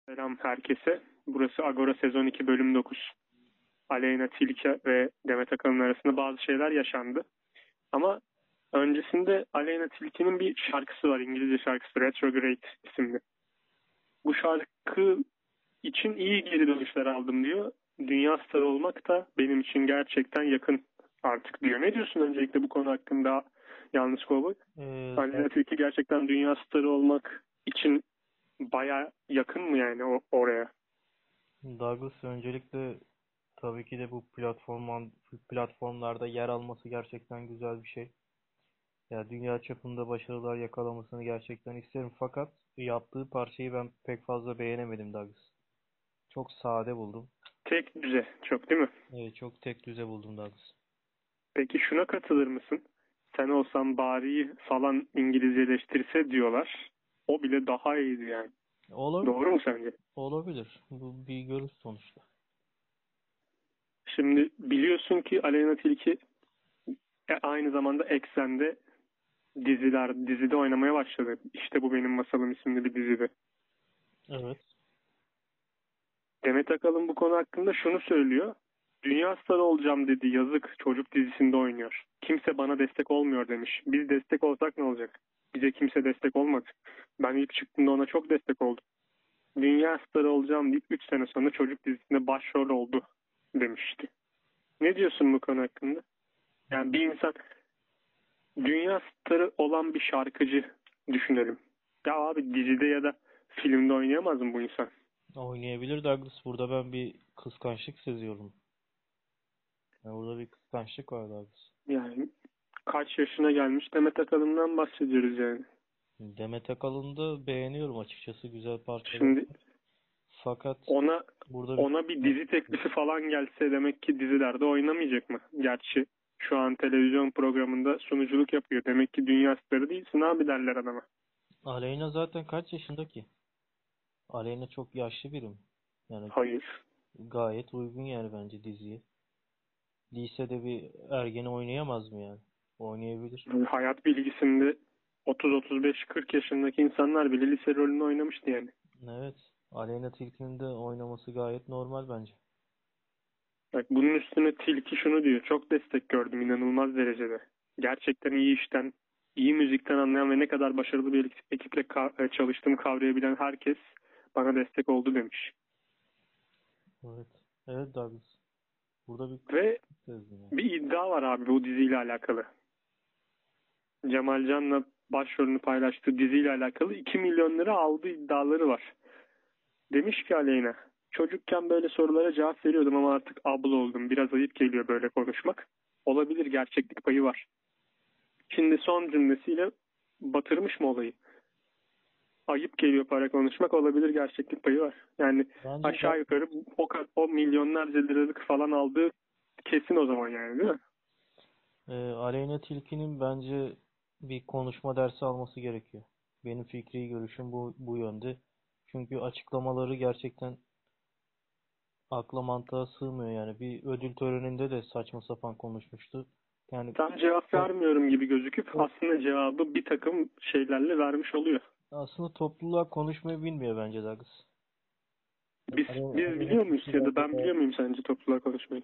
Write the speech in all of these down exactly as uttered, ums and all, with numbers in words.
Selam herkese. Burası Agora Sezon iki Bölüm dokuz. Aleyna Tilki ve Demet Akalın arasında bazı şeyler yaşandı. Ama öncesinde Aleyna Tilki'nin bir şarkısı var. İngilizce şarkısı Retrograde isimli. Bu şarkı için iyi geri dönüşler aldım diyor. Dünya starı olmak da benim için gerçekten yakın artık diyor. Ne diyorsun öncelikle bu konu hakkında Yalnız Kovboy? Ee, Aleyna Tilki gerçekten dünya starı olmak için baya yakın mı yani o, oraya? Douglas öncelikle tabii ki de bu platform platformlarda yer alması gerçekten güzel bir şey. Ya dünya çapında başarılar yakalamasını gerçekten isterim fakat yaptığı parçayı ben pek fazla beğenemedim Douglas. Çok sade buldum. Tek düze çok değil mi? Ee, çok tek düze buldum Douglas. Peki şuna katılır mısın? Sen olsan bari falan İngilizceleştirse diyorlar. O bile daha iyiydi yani. Olabilir, Doğru mu sence? olabilir. Bu bir görüş sonuçta. Şimdi biliyorsun ki Aleyna Tilki e, aynı zamanda Eksen'de diziler, dizide oynamaya başladı. İşte Bu Benim Masalım isimli bir dizide. Evet. Demet Akalın bu konu hakkında şunu söylüyor. Dünya starı olacağım dedi. Yazık, çocuk dizisinde oynuyor. Kimse bana destek olmuyor demiş. Biz destek olsak ne olacak? Bize kimse destek olmadı. Ben ilk çıktığında ona çok destek oldum. Dünya starı olacağım deyip üç sene sonra çocuk dizisinde başrol oldu demişti. Ne diyorsun bu konu hakkında? Yani bir insan dünya starı olan bir şarkıcı düşünelim. Ya abi dizide ya da filmde oynayamaz mı bu insan? Oynayabilir Douglas. Burada ben bir kıskançlık seziyorum. Yani burada bir kıskançlık var Douglas. Yani kaç yaşına gelmiş Demet Akalın'dan bahsediyoruz yani. Demet Akalın'ı da beğeniyorum açıkçası. Güzel parçalar. Şimdi Fakat ona burada bir ona bir dizi teklifi falan gelse demek ki dizilerde oynamayacak mı? Gerçi şu an televizyon programında sunuculuk yapıyor. Demek ki dünya starı değilsin abi derler adama. Aleyna zaten kaç yaşında ki? Aleyna çok yaşlı birim. Yani Hayır. gayet uygun yani bence diziye. Lisede bir ergeni oynayamaz mı yani? Oynayabilir. Yani hayat bilgisinde otuz otuz beş kırk yaşındaki insanlar bile lise rolünü oynamıştı yani. Evet. Aleyna Tilki'nin de oynaması gayet normal bence. Bak bunun üstüne Tilki şunu diyor. Çok destek gördüm inanılmaz derecede. Gerçekten iyi işten, iyi müzikten anlayan ve ne kadar başarılı bir ekiple ka- e, çalıştığımı kavrayabilen herkes bana destek oldu demiş. Evet. Evet Douglas. Burada bir Ve sezdim yani. bir iddia var abi bu diziyle alakalı. Cemal Can'la başrolünü paylaştığı diziyle alakalı iki milyon lira aldığı iddiaları var. Demiş ki Aleyna, çocukken böyle sorulara cevap veriyordum ama artık abla oldum. Biraz ayıp geliyor böyle konuşmak. Olabilir gerçeklik payı var. Şimdi son cümlesiyle batırmış mı olayı? Ayıp geliyor para konuşmak olabilir gerçeklik payı var. Yani Bence aşağı yukarı o, o milyonlarca liralık falan aldığı kesin o zaman yani değil mi? e, Aleyna Tilki'nin bence bir konuşma dersi alması gerekiyor. Benim fikri görüşüm bu, bu yönde. Çünkü açıklamaları gerçekten akla mantığa sığmıyor yani. Bir ödül töreninde de saçma sapan konuşmuştu. Yani Tam cevap top, vermiyorum gibi gözüküp top, aslında cevabı bir takım şeylerle vermiş oluyor. aslında topluluğa konuşmayı bilmiyor bence Douglas. Biz, Aleyna, biz Aleyna biliyor muyuz Tilki ya da bence ben gayet- biliyor muyum sence topluluğa konuşmayı?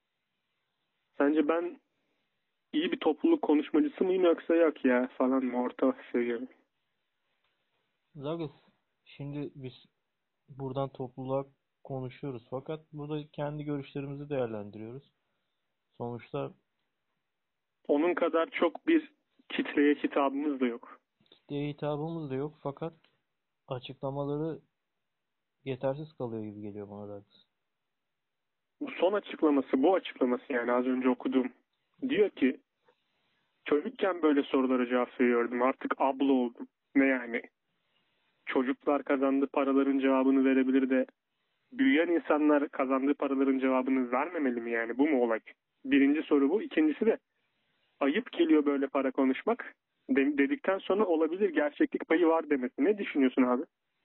Sence ben iyi bir topluluk konuşmacısı mıyım yoksa yok ya falan mı orta seviye mi? Douglas, şimdi biz buradan topluluğa konuşuyoruz fakat burada kendi görüşlerimizi değerlendiriyoruz. Sonuçta Onun kadar çok bir kitleye hitabımız da yok. kitleye hitabımız da yok fakat açıklamaları yetersiz kalıyor gibi geliyor bana Douglas. Bu son açıklaması, bu açıklaması yani az önce okuduğum. Diyor ki çocukken böyle sorulara cevap veriyordum. Artık abla oldum. Ne yani? Çocuklar kazandığı paraların cevabını verebilir de büyüyen insanlar kazandığı paraların cevabını vermemeli mi yani? Bu mu olay? Birinci soru bu. İkincisi de ayıp geliyor böyle para konuşmak. De- dedikten sonra olabilir gerçeklik payı var demesi. Ne düşünüyorsun abi?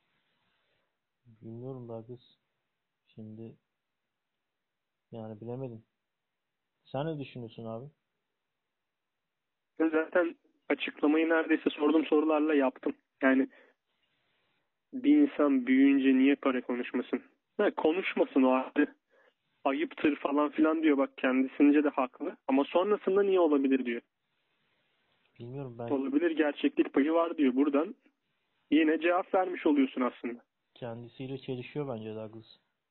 Bilmiyorum Douglas. Şimdi yani bilemedim. Sen ne düşünüyorsun abi? Ben zaten açıklamayı neredeyse sorduğum sorularla yaptım. Yani Bir insan büyüyünce niye para konuşmasın? Ha, konuşmasın o halde. Ayıptır falan filan diyor, bak kendisince de haklı. Ama sonrasında niye olabilir diyor. Bilmiyorum, ben Olabilir, gerçeklik payı var diyor. Buradan yine cevap vermiş oluyorsun aslında. kendisiyle çelişiyor bence Douglas.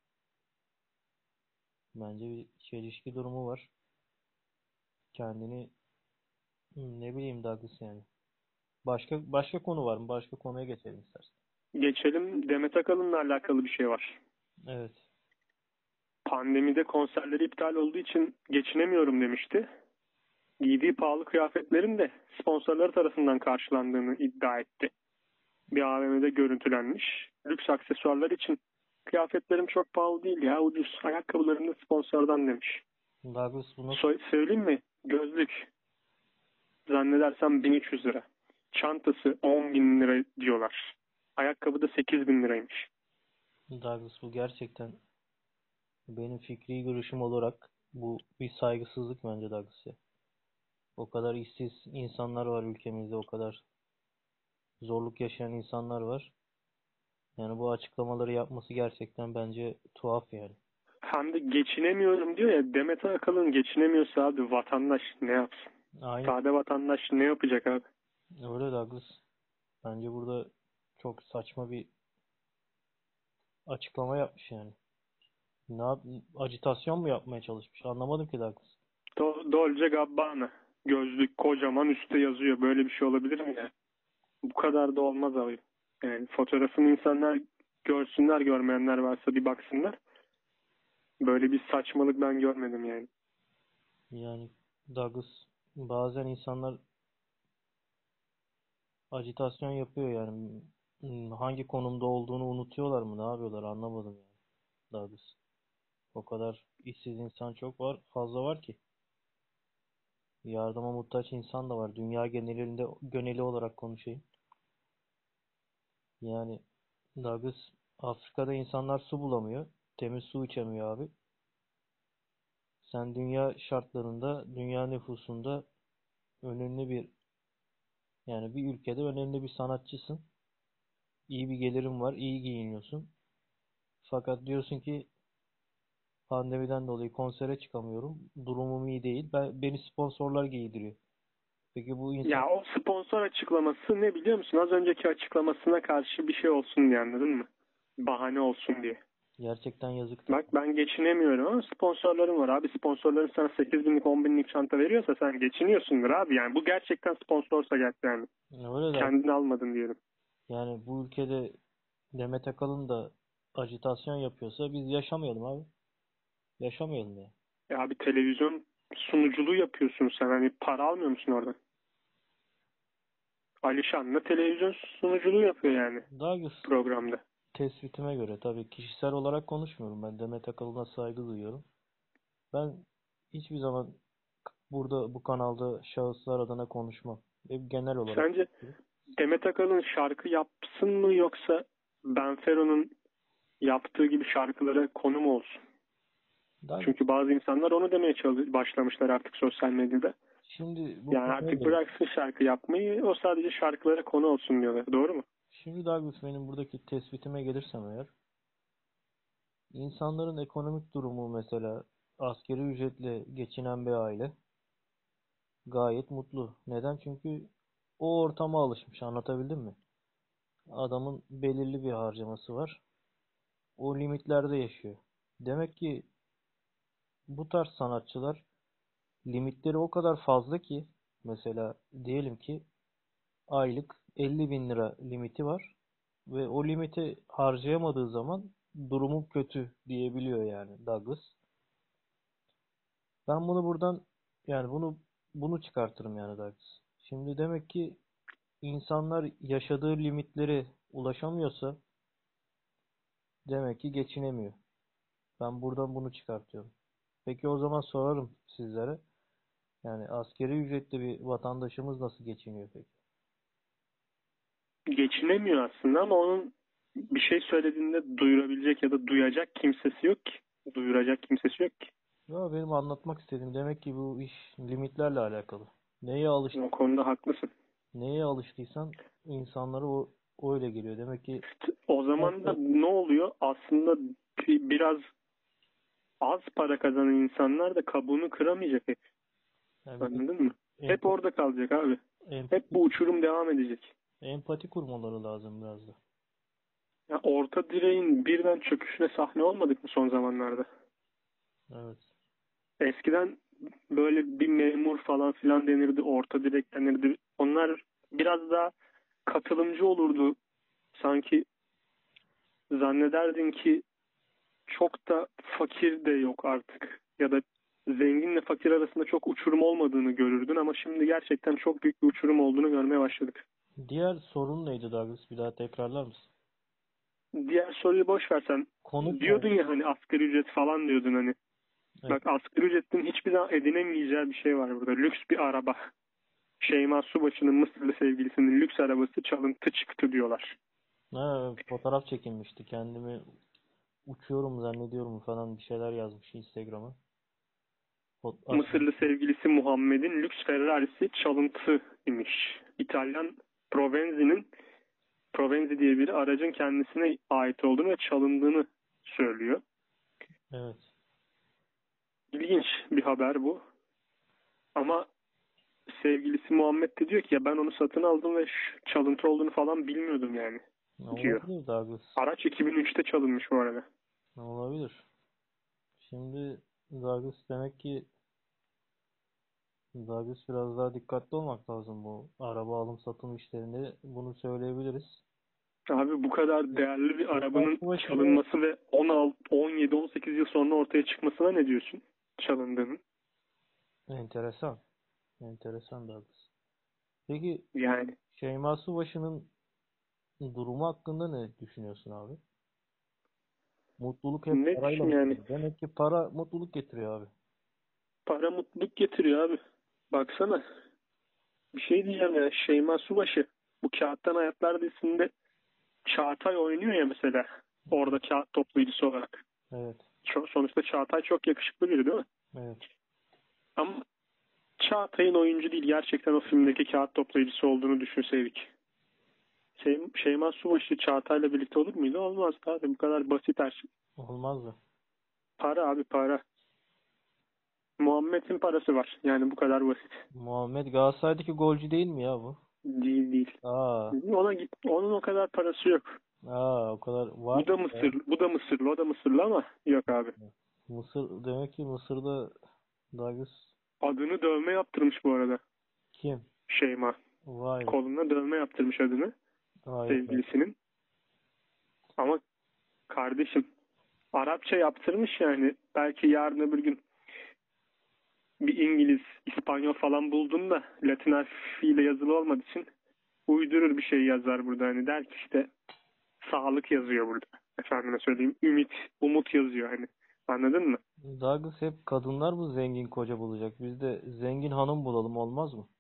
Bence bir çelişki durumu var. Kendini hmm, ne bileyim Douglas yani. Başka başka konu var mı? Başka konuya geçelim istersen. Geçelim, Demet Akalın'la alakalı bir şey var. Evet. Pandemide konserleri iptal olduğu için geçinemiyorum demişti. Giydiği pahalı kıyafetlerin de sponsorları tarafından karşılandığını iddia etti. Bir A V M'de görüntülenmiş. Lüks aksesuarlar için kıyafetlerim çok pahalı değil ya, ucuz. Ayakkabılarım da sponsordan demiş. Douglas bu nasıl? So söyleyeyim mi? Gözlük zannedersem bin üç yüz lira. Çantası on bin lira diyorlar. Ayakkabı da sekiz bin liraymış. Douglas bu gerçekten benim fikri görüşüm olarak bu bir saygısızlık bence Douglas ya. O kadar işsiz insanlar var ülkemizde, o kadar zorluk yaşayan insanlar var. Yani bu açıklamaları yapması gerçekten bence tuhaf yani. Hem de geçinemiyorum diyor ya. Demet Akalın geçinemiyorsa abi vatandaş ne yapsın? Aynen Sade vatandaş ne yapacak abi? öyle Douglas. Bence burada çok saçma bir açıklama yapmış yani. Ne yap acitasyon mu yapmaya çalışmış? Anlamadım ki Douglas. Do Dolce Gabbana. Gözlük kocaman üstte yazıyor. Böyle bir şey olabilir mi ya? Bu kadar da olmaz abi. Yani fotoğrafını insanlar görsünler, görmeyenler varsa bir baksınlar. Böyle bir saçmalık ben görmedim yani. Yani Douglas, bazen insanlar acitasyon yapıyor yani. Hmm, hangi konumda olduğunu unutuyorlar mı? Ne yapıyorlar? Anlamadım yani. Douglas. O kadar işsiz insan çok var, fazla var ki. Yardıma muhtaç insan da var. Dünya genelinde geneli olarak konuşayım. Yani Douglas, Afrika'da insanlar su bulamıyor. Temiz su içemiyor abi. Sen dünya şartlarında, dünya nüfusunda önemli bir, yani bir ülkede önemli bir sanatçısın. İyi bir gelirin var, iyi giyiniyorsun. Fakat diyorsun ki pandemiden dolayı konsere çıkamıyorum. Durumum iyi değil. Ben, beni sponsorlar giydiriyor. Peki bu insan Ya o sponsor açıklaması ne biliyor musun? Az önceki açıklamasına karşı bir şey olsun diye, anladın mı? Bahane olsun diye. gerçekten yazıktır. Bak ben geçinemiyorum ama sponsorlarım var abi. Sponsorların sana sekiz binlik on binlik çanta veriyorsa sen geçiniyorsundur abi. Yani bu gerçekten sponsorsa gerçekten yani. Öyle de Kendini almadın diyelim. yani bu ülkede Demet Akalın da ajitasyon yapıyorsa biz yaşamayalım abi. Yaşamayalım ya. Ya abi televizyon sunuculuğu yapıyorsun sen. Hani para almıyor musun oradan? Alişan'la televizyon sunuculuğu yapıyor yani Daha programda. tespitime göre tabii kişisel olarak konuşmuyorum. Ben Demet Akalın'a saygı duyuyorum. Ben hiçbir zaman burada bu kanalda şahıslar adına konuşmam. Hep genel olarak Sence konuşurum. Demet Akalın şarkı yapsın mı, yoksa Benfero'nun yaptığı gibi şarkılara konu mu olsun? Daha Çünkü bazı insanlar onu demeye çalış başlamışlar artık sosyal medyada. şimdi bu Yani konuya artık gelir. bıraksın şarkı yapmayı, o sadece şarkılara konu olsun diyorlar. Doğru mu? Şimdi Douglas, benim buradaki tespitime gelirsem eğer, insanların ekonomik durumu, mesela asgari ücretle geçinen bir aile gayet mutlu. Neden? Çünkü o ortama alışmış. Anlatabildim mi? Adamın belirli bir harcaması var. O limitlerde yaşıyor. Demek ki bu tarz sanatçılar limitleri o kadar fazla ki, mesela diyelim ki aylık elli bin lira limiti var ve o limiti harcayamadığı zaman durumu kötü diyebiliyor yani Douglas. Ben bunu buradan, yani bunu bunu çıkartırım yani Douglas. Şimdi demek ki insanlar yaşadığı limitlere ulaşamıyorsa demek ki geçinemiyor. Ben buradan bunu çıkartıyorum. Peki o zaman sorarım sizlere. Yani asgari ücretli bir vatandaşımız nasıl geçiniyor peki? Geçinemiyor aslında ama onun bir şey söylediğinde duyurabilecek ya da duyacak kimsesi yok ki. Duyuracak kimsesi yok ki. Ya benim anlatmak istediğim, demek ki bu iş limitlerle alakalı. Neye alış O konuda haklısın. neye alıştıysan insanları o öyle geliyor. Demek ki O zaman da ne oluyor? Aslında bi- biraz az para kazanan insanlar da kabuğunu kıramayacak hep. yani bir de Anladın mı? Hep empati, orada kalacak abi. Hep empati, bu uçurum devam edecek. empati kurmaları lazım biraz da. Ya orta direğin birden çöküşüne sahne olmadık mı son zamanlarda? Evet. Eskiden böyle bir memur falan filan denirdi, orta direk denirdi. Onlar biraz daha katılımcı olurdu. Sanki zannederdin ki çok da fakir de yok artık. Ya da zenginle fakir arasında çok uçurum olmadığını görürdün ama şimdi gerçekten çok büyük bir uçurum olduğunu görmeye başladık. Diğer sorun neydi Douglas? Bir daha tekrarlar mısın? Diğer soruyu boş versen, Konuk mu? diyordun ya hani asgari ücret falan diyordun hani. Evet. Bak asgari ücretin hiçbir zaman edinemeyeceği bir şey var burada. Lüks bir araba. Şeyma Subaşı'nın Mısırlı sevgilisinin lüks arabası çalıntı çıktı diyorlar. Ha, fotoğraf çekinmişti. Kendimi uçuyorum zannediyorum falan bir şeyler yazmış Instagram'a. Fot- At- Mısırlı sevgilisi Muhammed'in lüks Ferrari'si çalıntı imiş. İtalyan Provenzi'nin Provenzi diye biri aracın kendisine ait olduğunu ve çalındığını söylüyor. Evet. İlginç bir haber bu. Ama sevgilisi Muhammed de diyor ki ya ben onu satın aldım ve çalıntı olduğunu falan bilmiyordum yani Ne diyor. olabilir Douglas? Araç iki bin üçte çalınmış bu arada. Ne olabilir? Şimdi Douglas demek ki Douglas biraz daha dikkatli olmak lazım bu araba alım satım işlerinde. Bunu söyleyebiliriz. Abi bu kadar değerli bir Şeyma arabanın Subaşı'nı çalınması ve on altı, on yedi, on sekiz yıl sonra ortaya çıkmasına ne diyorsun? Çalındığının. enteresan. Enteresan Douglas. Peki Yani Şeyma Subaşı'nın durumu hakkında ne düşünüyorsun abi? Mutluluk hep ne parayla düşün mı yani gelir? Demek ki para mutluluk getiriyor abi. para mutluluk getiriyor abi. Baksana bir şey diyeceğim ya Şeyma Subaşı bu Kağıttan Hayatlar dizisinde Çağatay oynuyor ya mesela orada kağıt toplayıcısı olarak. Evet. Ço- sonuçta Çağatay çok yakışıklı biri değil mi? Evet. Ama Çağatay'ın oyuncu değil gerçekten o filmdeki kağıt toplayıcısı olduğunu düşünseydik. Şey, Şeyma Subaşı Çağatay'la birlikte olur muydu? Olmaz abi bu kadar basit her şey. Olmaz mı? Para abi para. Muhammed'in parası var. Yani bu kadar basit. Muhammed Galatasaray'daki golcü değil mi ya bu? Değil değil. Aa, Ona git. Onun o kadar parası yok. aa o kadar var Bu da ya. Mısır, bu da Mısırlı, o da Mısırlı ama yok abi. Mısır demek ki Mısır'da Douglas Adını dövme yaptırmış bu arada kim? Şeyma. Vay be. Koluna dövme yaptırmış adını Vay be. sevgilisinin. Ama kardeşim Arapça yaptırmış yani. Belki yarın öbür gün bir İngiliz, İspanyol falan buldun da Latin harfiyle yazılı olmadığı için uydurur bir şey yazar burada. Hani der ki işte sağlık yazıyor burada. Efendime söyleyeyim. Ümit, umut yazıyor hani. Anladın mı? Douglas hep kadınlar mı zengin koca bulacak? Biz de zengin hanım bulalım olmaz mı?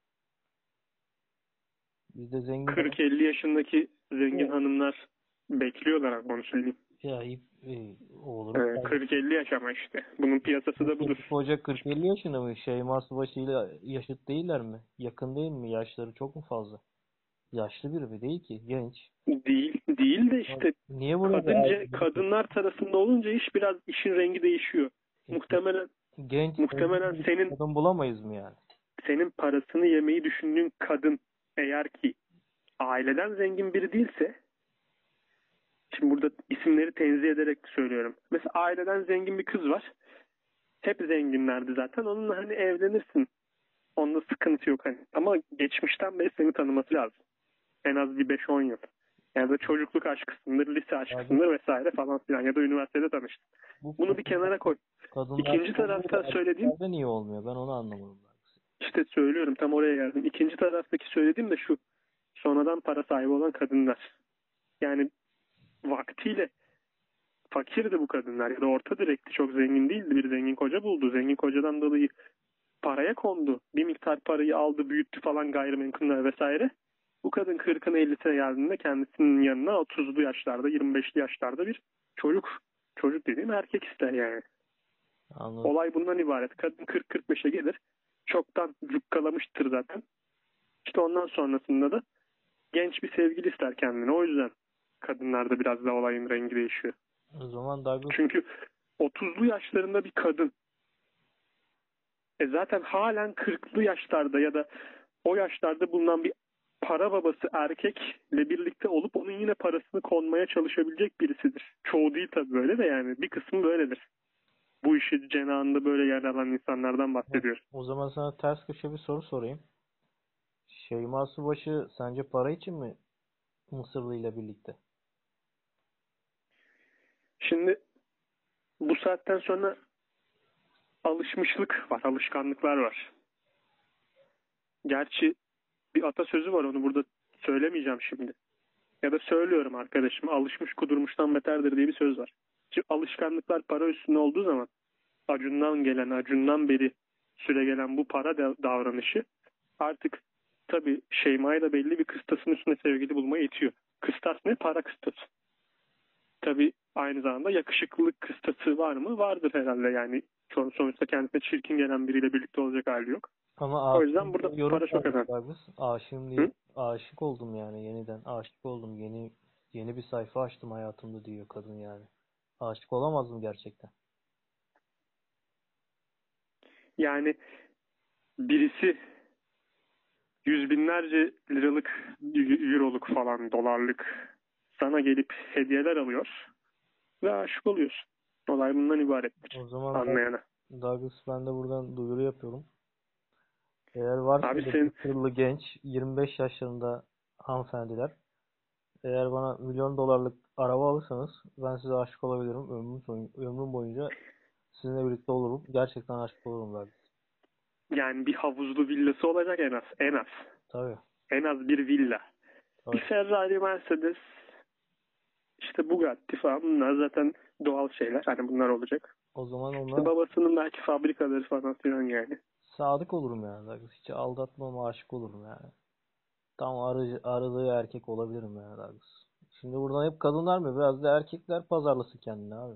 Biz de zengin hanım. kırk elli yaşındaki zengin hanımlar bekliyorlar abi onu söyleyeyim. Ya ip, e, olur. Ee, kırk elli yaş ama işte. Bunun piyasası da budur. Koca kırk elli yaşında mı? Şeyma Subaşı'yla yaşıt değiller mi? Yakın değil mi? Yaşları çok mu fazla? Yaşlı biri mi? Değil ki. Genç. Değil, değil de işte Niye buraya bir kadınca, ayrı- kadınlar tarafında olunca iş biraz işin rengi değişiyor. Muhtemelen genç muhtemelen zengin bir senin kadın bulamayız mı yani? senin parasını yemeyi düşündüğün kadın eğer ki aileden zengin biri değilse şimdi burada isimleri tenzih ederek söylüyorum. Mesela aileden zengin bir kız var. Hep zenginlerdi zaten. Onunla hani evlenirsin. Onda sıkıntı yok hani. Ama geçmişten beri seni tanıması lazım. En az bir beş on yıl. Ya da çocukluk aşkısındır, lise Abi, aşkısındır vesaire falan filan. Ya da üniversitede tanıştın. bu Bunu bir kadınlar, kenara koy. kadınlar İkinci oluyor tarafta da söylediğim, erkeklerde niye olmuyor? Ben onu anlamadım. işte söylüyorum tam oraya geldim. İkinci taraftaki söylediğim de şu. Sonradan para sahibi olan kadınlar. Yani vaktiyle fakirdi bu kadınlar ya da orta direkti çok zengin değildi. Bir zengin koca buldu. Zengin kocadan dolayı paraya kondu. Bir miktar parayı aldı, büyüttü falan gayrimenkuller vesaire. Bu kadın kırkına ellisine geldiğinde kendisinin yanına otuzlu yaşlarda, yirmi beşli yaşlarda bir çocuk. Çocuk dediğim erkek ister yani. Anladım. Olay bundan ibaret. Kadın kırk kırk beşe gelir. Çoktan cukkalamıştır zaten. İşte ondan sonrasında da genç bir sevgili ister kendine. O yüzden kadınlarda biraz da olayın rengi değişiyor. O zaman Douglas Çünkü otuzlu yaşlarında bir kadın e zaten halen kırklı yaşlarda ya da o yaşlarda bulunan bir para babası erkekle birlikte olup onun yine parasını konmaya çalışabilecek birisidir. Çoğu değil tabii böyle de yani bir kısmı böyledir. Bu işi cenahında böyle yer alan insanlardan bahsediyor. o zaman sana ters köşe bir soru sorayım. Şeyma Subaşı sence para için mi Mısırlı ile birlikte? Şimdi bu saatten sonra alışmışlık var, alışkanlıklar var. Gerçi bir atasözü var, onu burada söylemeyeceğim şimdi. Ya da söylüyorum arkadaşım, alışmış kudurmuştan beterdir diye bir söz var. Şimdi alışkanlıklar para üstüne olduğu zaman Acun'dan gelen, Acun'dan beri süre gelen bu para davranışı artık tabii Şeyma'yı da belli bir kıstasın üstüne sevgili bulmaya itiyor. Kıstas ne? Para kıstası. Tabii aynı zamanda yakışıklılık kıstası var mı? Vardır herhalde yani. Sonuçta kendisine çirkin gelen biriyle birlikte olacak hali yok. Ama O aşığım yüzden diye burada yorum para çok gelmiş önemli. Douglas. Aşığım Hı? diye aşık oldum yani yeniden. Aşık oldum. Yeni yeni bir sayfa açtım hayatımda diyor kadın yani. Aşık olamaz mı gerçekten? Yani birisi yüz binlerce liralık, euroluk falan, dolarlık sana gelip hediyeler alıyor ve aşık oluyorsun. Olay bundan ibarettir. O zaman Anlayana. Douglas ben de buradan duyuru yapıyorum. Eğer varsa Abi öyle sen Mısırlı genç yirmi beş yaşlarında hanımefendiler eğer bana milyon dolarlık araba alırsanız ben size aşık olabilirim. Ömrüm, soy- ömrüm boyunca sizinle birlikte olurum. Gerçekten aşık olurum Douglas. yani bir havuzlu villası olacak en az. En az. Tabii. En az bir villa. Bir Tabii. Ferrari, Mercedes, işte Bugatti falan, bunlar zaten doğal şeyler. Hani bunlar olacak. O zaman İşte ona babasının belki fabrikaları falan filan yani. sadık olurum yani Douglas. Hiç aldatmam aşık olurum yani. Tam arı, aradığı erkek olabilirim yani Douglas. Şimdi buradan hep kadınlar mı? Biraz da erkekler pazarlasın kendini abi.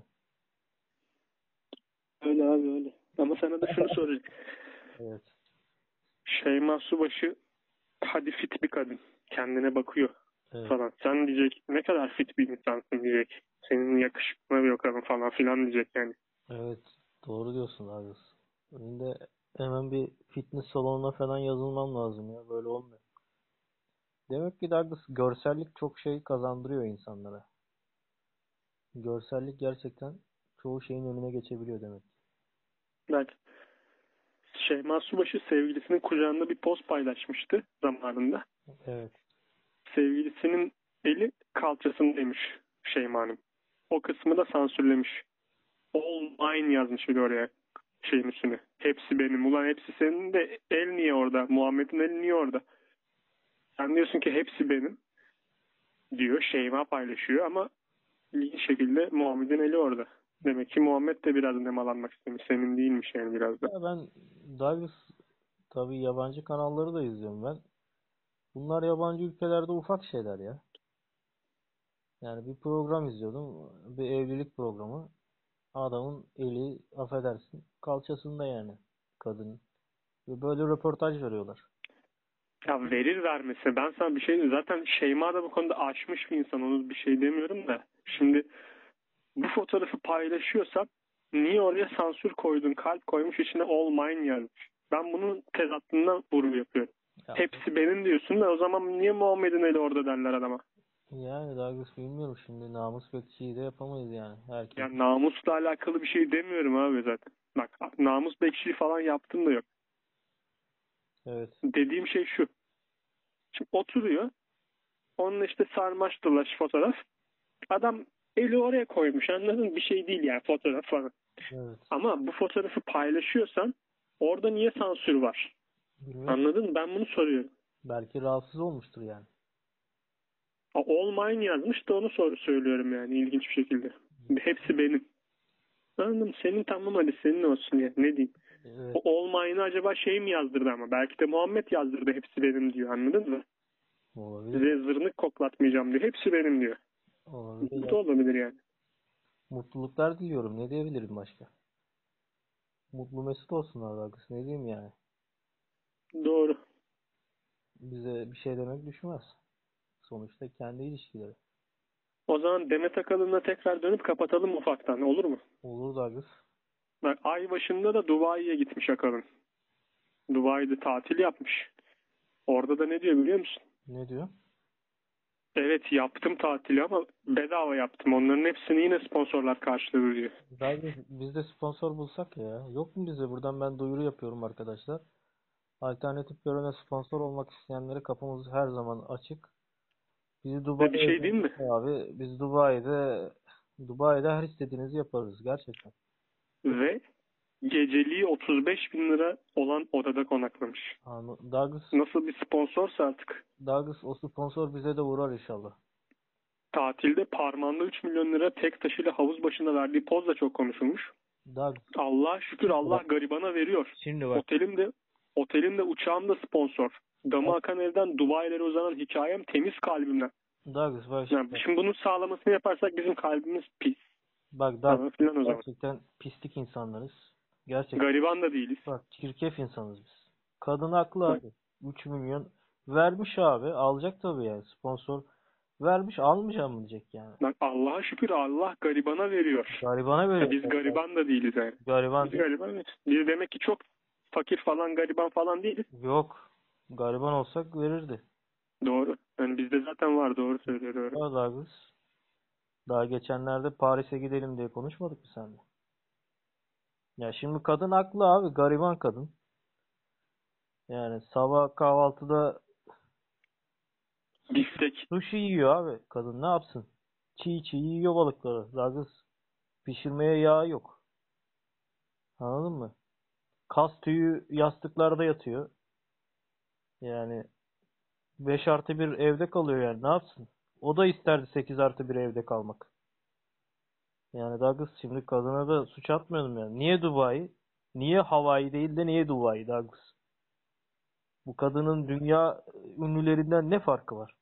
Öyle abi öyle. Ama sana da şunu sorayım. Evet. Şeyma Subaşı hadi fit bir kadın. Kendine bakıyor Evet. falan. Sen diyecek ne kadar fit bir insansın diyecek. Senin yakışıklığına bir bakalım falan filan diyecek yani. Evet. Doğru diyorsun Douglas. Benim de hemen bir fitness salonuna falan yazılmam lazım ya. Böyle olmuyor. Demek ki Douglas görsellik çok şey kazandırıyor insanlara. Görsellik gerçekten çoğu şeyin önüne geçebiliyor demek. Bak, Şeyma Subaşı sevgilisinin kucağında bir post paylaşmıştı zamanında. Evet. Sevgilisinin eli kalçasındaymış Şeyma'nın. O kısmı da sansürlemiş. All mine yazmış bir de oraya şeyin üstüne. Hepsi benim. Ulan hepsi senin de el niye orada? Muhammed'in eli niye orada? Sen diyorsun ki hepsi benim diyor. Şeyma paylaşıyor ama ilginç şekilde Muhammed'in eli orada. Demek ki Muhammed de biraz nemalanmak istemiş. Senin değilmiş yani biraz da. Ya ben Douglas tabii yabancı kanalları da izliyorum ben. Bunlar yabancı ülkelerde ufak şeyler ya. Yani bir program izliyordum. Bir evlilik programı. Adamın eli affedersin kalçasında yani kadın. Ve böyle röportaj veriyorlar. Ya verir vermese ben sana bir şey diyeyim. Zaten Şeyma da bu konuda aşmış bir insan. Onu bir şey demiyorum da. Şimdi bu fotoğrafı paylaşıyorsan niye oraya sansür koydun? Kalp koymuş içine all mine yazmış. Ben bunun tezatından vurgu yapıyorum. Ya, Hepsi benim diyorsun da o zaman niye Muhammed'in eli orada derler adama? yani Douglas bilmiyorum şimdi namus bekçiliği de yapamayız yani. Herkes. Ya namusla alakalı bir şey demiyorum abi zaten. Bak, namus bekçiliği falan yaptım da yok. Evet. Dediğim şey şu. Şimdi oturuyor. Onun işte sarmaş dolaş fotoğraf. Adam eli oraya koymuş, anladın mı? Bir şey değil yani, fotoğraf falan. Evet. Ama bu fotoğrafı paylaşıyorsan orada niye sansür var? Bilmiyorum. Anladın mı? Ben bunu soruyorum. Belki rahatsız olmuştur yani. All mine yazmış da onu sor söylüyorum yani ilginç bir şekilde. Hepsi benim. Anladım. Senin tamam, hadi senin olsun yani, ne diyeyim. Evet. O all mine'ı acaba şey mi yazdırdı ama? Belki de Muhammed yazdırdı, hepsi benim diyor, anladın mı? Olabilir. Size zırnık koklatmayacağım diyor. Hepsi benim diyor. Olabilir. Bu Ya. da olabilir yani. Mutluluklar diliyorum. Ne diyebilirim başka? Mutlu mesut olsunlar Douglas. Ne diyeyim yani? Doğru. Bize bir şey demek düşmez. Sonuçta kendi ilişkileri. O zaman Demet Akalın'la tekrar dönüp kapatalım ufaktan, olur mu? Olur Douglas. Bak, ay başında da Dubai'ye gitmiş Akalın. Dubai'de tatil yapmış. Orada da ne diyor biliyor musun? Ne diyor? Evet, yaptım tatili ama bedava yaptım. Onların hepsini yine sponsorlar karşıladı diyor. Douglas, biz de sponsor bulsak ya. Yok mu bize? Buradan ben duyuru yapıyorum arkadaşlar. Alternatif Görün'e sponsor olmak isteyenlere kapımız her zaman açık. Bizi Ve bir Dubai'ye şey diyeyim mi? götürün abi. Biz Dubai'de Dubai'de her istediğinizi yaparız gerçekten. Ve geceliği otuz beş bin lira olan odada konaklamış. Anla- Douglas, Nasıl bir sponsorsa artık. Douglas o sponsor bize de uğrar inşallah. Tatilde parmağında üç milyon lira tek taşıyla havuz başında verdiği poz da çok konuşulmuş. Douglas, Allah'a şükür Allah garibana veriyor. şimdi bak. Otelim de, otelim de uçağım da sponsor. Damı Bak, akan evden Dubai'lere uzanan hikayem temiz kalbimden. Douglas bak Yani şimdi. şimdi bunun sağlamasını yaparsak bizim kalbimiz pis. Bak Falan Douglas, filan o zaman. gerçekten pislik insanlarız. Gerçekten. Gariban da değiliz. Bak çirkef insanız biz. Kadın haklı abi. üç milyon vermiş abi. Alacak tabii yani. Sponsor vermiş, almayacağım mı diyecek yani. Bak, Allah'a şükür Allah garibana veriyor. Garibana Ya veriyor. biz gariban da değiliz yani. Gariban Biz değil. gariban değiliz. Biz demek ki çok fakir falan, gariban falan değiliz. Yok. Gariban olsak verirdi. Doğru. Yani bizde zaten var, doğru söylüyor. Doğru. Var Douglas. Daha geçenlerde Paris'e gidelim diye konuşmadık mı seninle? Ya şimdi kadın haklı abi. Gariban kadın. Yani sabah kahvaltıda Biftek. sushi yiyor abi. Kadın ne yapsın? Çiğ çiğ yiyor balıkları. Douglas. Pişirmeye yağ yok. Anladın mı? Kas tüyü yastıklarda yatıyor. Yani beş artı bir evde kalıyor yani. Ne yapsın? O da isterdi sekiz artı bir evde kalmak. Yani Douglas, şimdi kadına da suç atmıyorum yani. Niye Dubai? Niye Hawaii değil de niye Dubai Douglas? Bu kadının dünya ünlülerinden ne farkı var?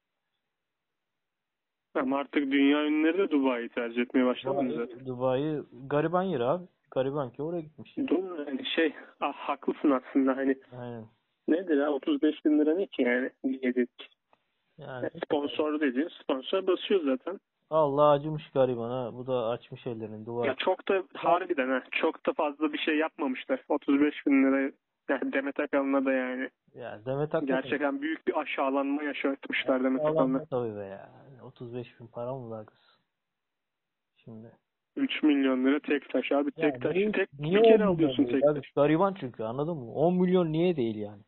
Ama artık dünya ünlüleri de Dubai'yi tercih etmeye başlamadı Dubai, zaten. Dubai gariban yeri abi. Gariban ki oraya gitmiş. Doğru. Yani şey, ah, haklısın aslında, hani Aynen. nedir ya, otuz beş bin lira ne ki yani? Diyedik. Yani Sponsor dediğin sponsor basıyor zaten. Allah acımış garibana. Bu da açmış ellerini Ya duvara. çok da harbiden ha, çok da fazla bir şey yapmamışlar. otuz beş bin lira yani Demet Akalın'a da yani. Ya Demet Akalın. Gerçekten büyük bir aşağılanma yaşatmışlar Demet Akalın'a. Sağlam tabii be ya. otuz beş bin para mı var kız? Şimdi. üç milyon lira tek taş abi, Ya tek taş. niye, Tek, niye bir on kere milyon alıyorsun değil tek abi? taş. Gariban çünkü, anladın mı? on milyon niye değil yani?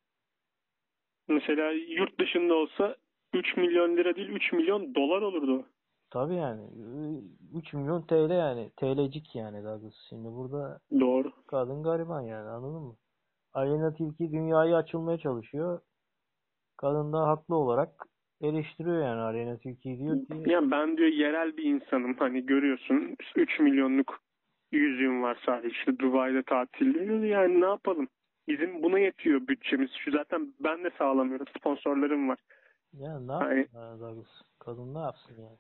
Mesela yurt dışında olsa üç milyon lira değil, üç milyon dolar olurdu. Tabii yani. üç milyon T L yani. T L'cik yani daha doğrusu. Şimdi burada Doğru. kadın gariban yani, anladın mı? Aleyna Tilki dünyayı açılmaya çalışıyor. Kadın da haklı olarak eleştiriyor yani Aleyna Tilki'yi, diyor ki Yani ben diyor yerel bir insanım. Hani görüyorsun üç milyonluk yüzüğüm var sadece, işte Dubai'de tatil. Yani ne yapalım? Bizim buna yetiyor bütçemiz. Şu zaten ben de sağlamıyorum. Sponsorlarım var. ya ne Hani, yapsın yani daha doğrusu? Kadın ne yapsın yani?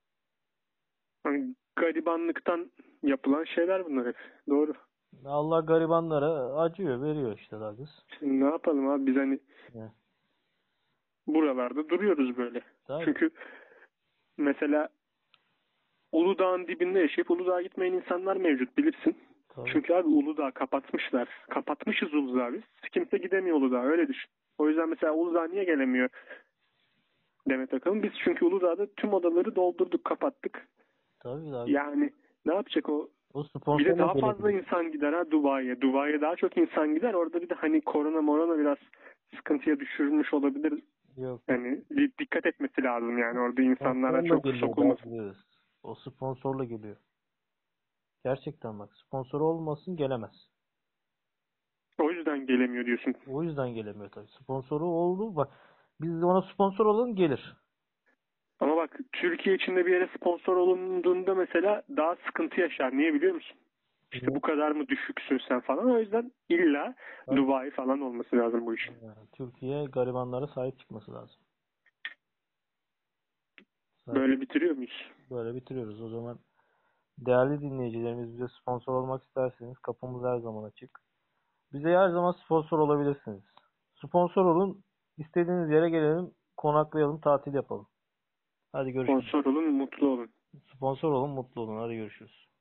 hani garibanlıktan yapılan şeyler bunlar hep. Doğru. Allah garibanlara acıyor, veriyor işte daha doğrusu. Şimdi ne yapalım abi, biz hani Ya, buralarda duruyoruz böyle. tabii. Çünkü mesela Uludağ'ın dibinde yaşayıp Uludağ'a gitmeyen insanlar mevcut, bilirsin. Tabii. Çünkü abi Uludağ kapatmışlar. Kapatmışız Uludağ'ı biz. Kimse gidemiyor Uludağ'a, öyle düşün. O yüzden mesela Uludağ niye gelemiyor Demet Akalın? Biz çünkü Uludağ'da tüm odaları doldurduk, kapattık. Tabii daha Yani ne yapacak o? o Bir de sponsorla daha fazla gelebilir. insan gider ha Dubai'ye. Dubai'ye daha çok insan gider. Orada bir de hani korona morona biraz sıkıntıya düşürmüş olabilir. Yok. Yani bir dikkat etmesi lazım yani, orada insanlara Sponsorla çok geliyor sokulmasın. bazı. O sponsorla geliyor. Gerçekten bak, sponsor olmasın gelemez. O yüzden gelemiyor diyorsun. O yüzden gelemiyor tabii. Sponsoru oldu bak. Biz ona sponsor olalım, gelir. Ama bak, Türkiye içinde bir yere sponsor olunduğunda mesela daha sıkıntı yaşar. Niye biliyor musun? İşte bu kadar mı düşüksün sen falan. O yüzden illa Tabii. Dubai falan olması lazım bu işin. Yani Türkiye garibanlara sahip çıkması lazım. Sahip. Böyle bitiriyor muyuz? Böyle bitiriyoruz. O zaman değerli dinleyicilerimiz, bize sponsor olmak isterseniz kapımız her zaman açık. Bize her zaman sponsor olabilirsiniz. Sponsor olun, istediğiniz yere gelelim. konaklayalım, tatil yapalım. Hadi görüşürüz. Sponsor olun, mutlu olun. Sponsor olun, mutlu olun. Hadi görüşürüz.